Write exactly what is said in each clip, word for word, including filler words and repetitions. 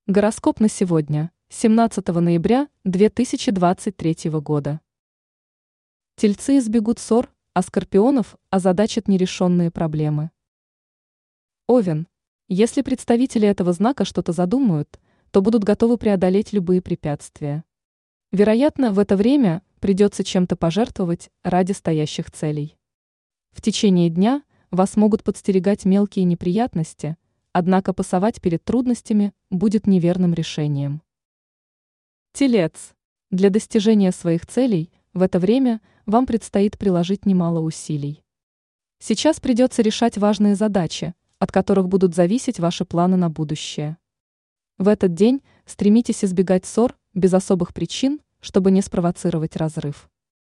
Гороскоп на сегодня, семнадцатого ноября две тысячи двадцать третьего года. Тельцы избегут ссор, а скорпионов озадачат нерешенные проблемы. Овен. Если представители этого знака что-то задумают, то будут готовы преодолеть любые препятствия. Вероятно, в это время придется чем-то пожертвовать ради стоящих целей. В течение дня вас могут подстерегать мелкие неприятности, однако пасовать перед трудностями будет неверным решением. Телец. Для достижения своих целей в это время вам предстоит приложить немало усилий. Сейчас придется решать важные задачи, от которых будут зависеть ваши планы на будущее. В этот день стремитесь избегать ссор без особых причин, чтобы не спровоцировать разрыв.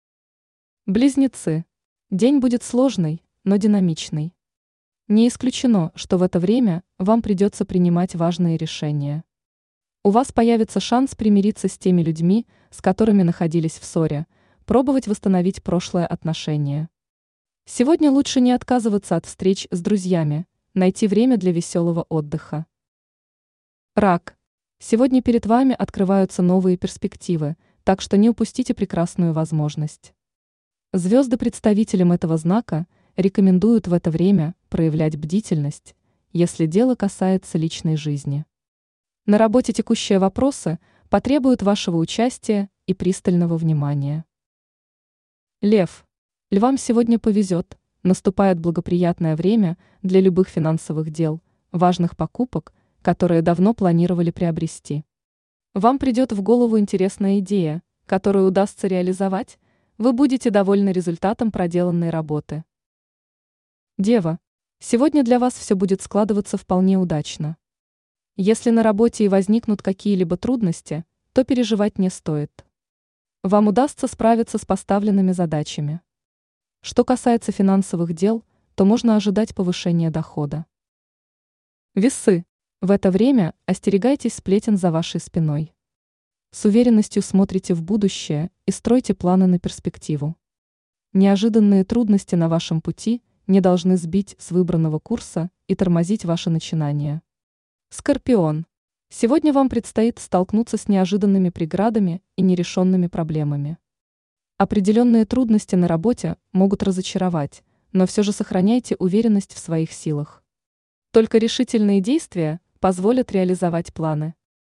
Близнецы. День будет сложный, но динамичный. Не исключено, что в это время вам придется принимать важные решения. У вас появится шанс примириться с теми людьми, с которыми находились в ссоре, пробовать восстановить прошлое отношение. Сегодня лучше не отказываться от встреч с друзьями, найти время для веселого отдыха. Рак. Сегодня перед вами открываются новые перспективы, так что не упустите прекрасную возможность. Звезды представителям этого знака рекомендуют в это время проявлять бдительность, если дело касается личной жизни. На работе текущие вопросы потребуют вашего участия и пристального внимания. Лев. Львам сегодня повезет, наступает благоприятное время для любых финансовых дел, важных покупок, которые давно планировали приобрести. Вам придет в голову интересная идея, которую удастся реализовать, вы будете довольны результатом проделанной работы. Дева. Сегодня для вас все будет складываться вполне удачно. Если на работе и возникнут какие-либо трудности, то переживать не стоит. Вам удастся справиться с поставленными задачами. Что касается финансовых дел, то можно ожидать повышения дохода. Весы. В это время остерегайтесь сплетен за вашей спиной. С уверенностью смотрите в будущее и стройте планы на перспективу. Неожиданные трудности на вашем пути не должны сбить с выбранного курса и тормозить ваши начинания. Скорпион. Сегодня вам предстоит столкнуться с неожиданными преградами и нерешенными проблемами. Определенные трудности на работе могут разочаровать, но все же сохраняйте уверенность в своих силах. Только решительные действия позволят реализовать планы.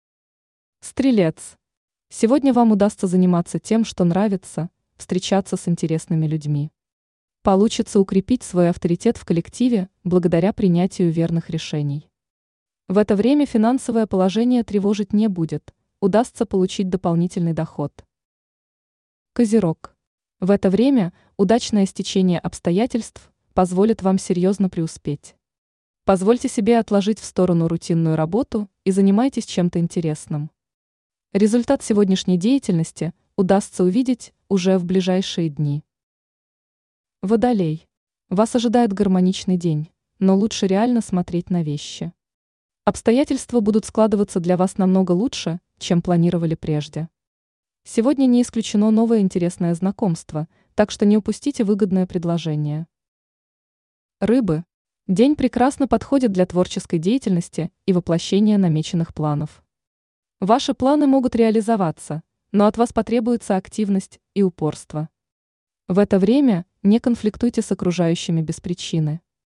Стрелец. Сегодня вам удастся заниматься тем, что нравится, встречаться с интересными людьми. Получится укрепить свой авторитет в коллективе благодаря принятию верных решений. В это время финансовое положение тревожить не будет, удастся получить дополнительный доход. Козерог. В это время удачное стечение обстоятельств позволит вам серьезно преуспеть. Позвольте себе отложить в сторону рутинную работу и занимайтесь чем-то интересным. Результат сегодняшней деятельности удастся увидеть уже в ближайшие дни. Водолей. Вас ожидает гармоничный день, но лучше реально смотреть на вещи. Обстоятельства будут складываться для вас намного лучше, чем планировали прежде. Сегодня не исключено новое интересное знакомство, так что не упустите выгодное предложение. Рыбы. День прекрасно подходит для творческой деятельности и воплощения намеченных планов. Ваши планы могут реализоваться, но от вас потребуется активность и упорство. В это время не конфликтуйте с окружающими без причины.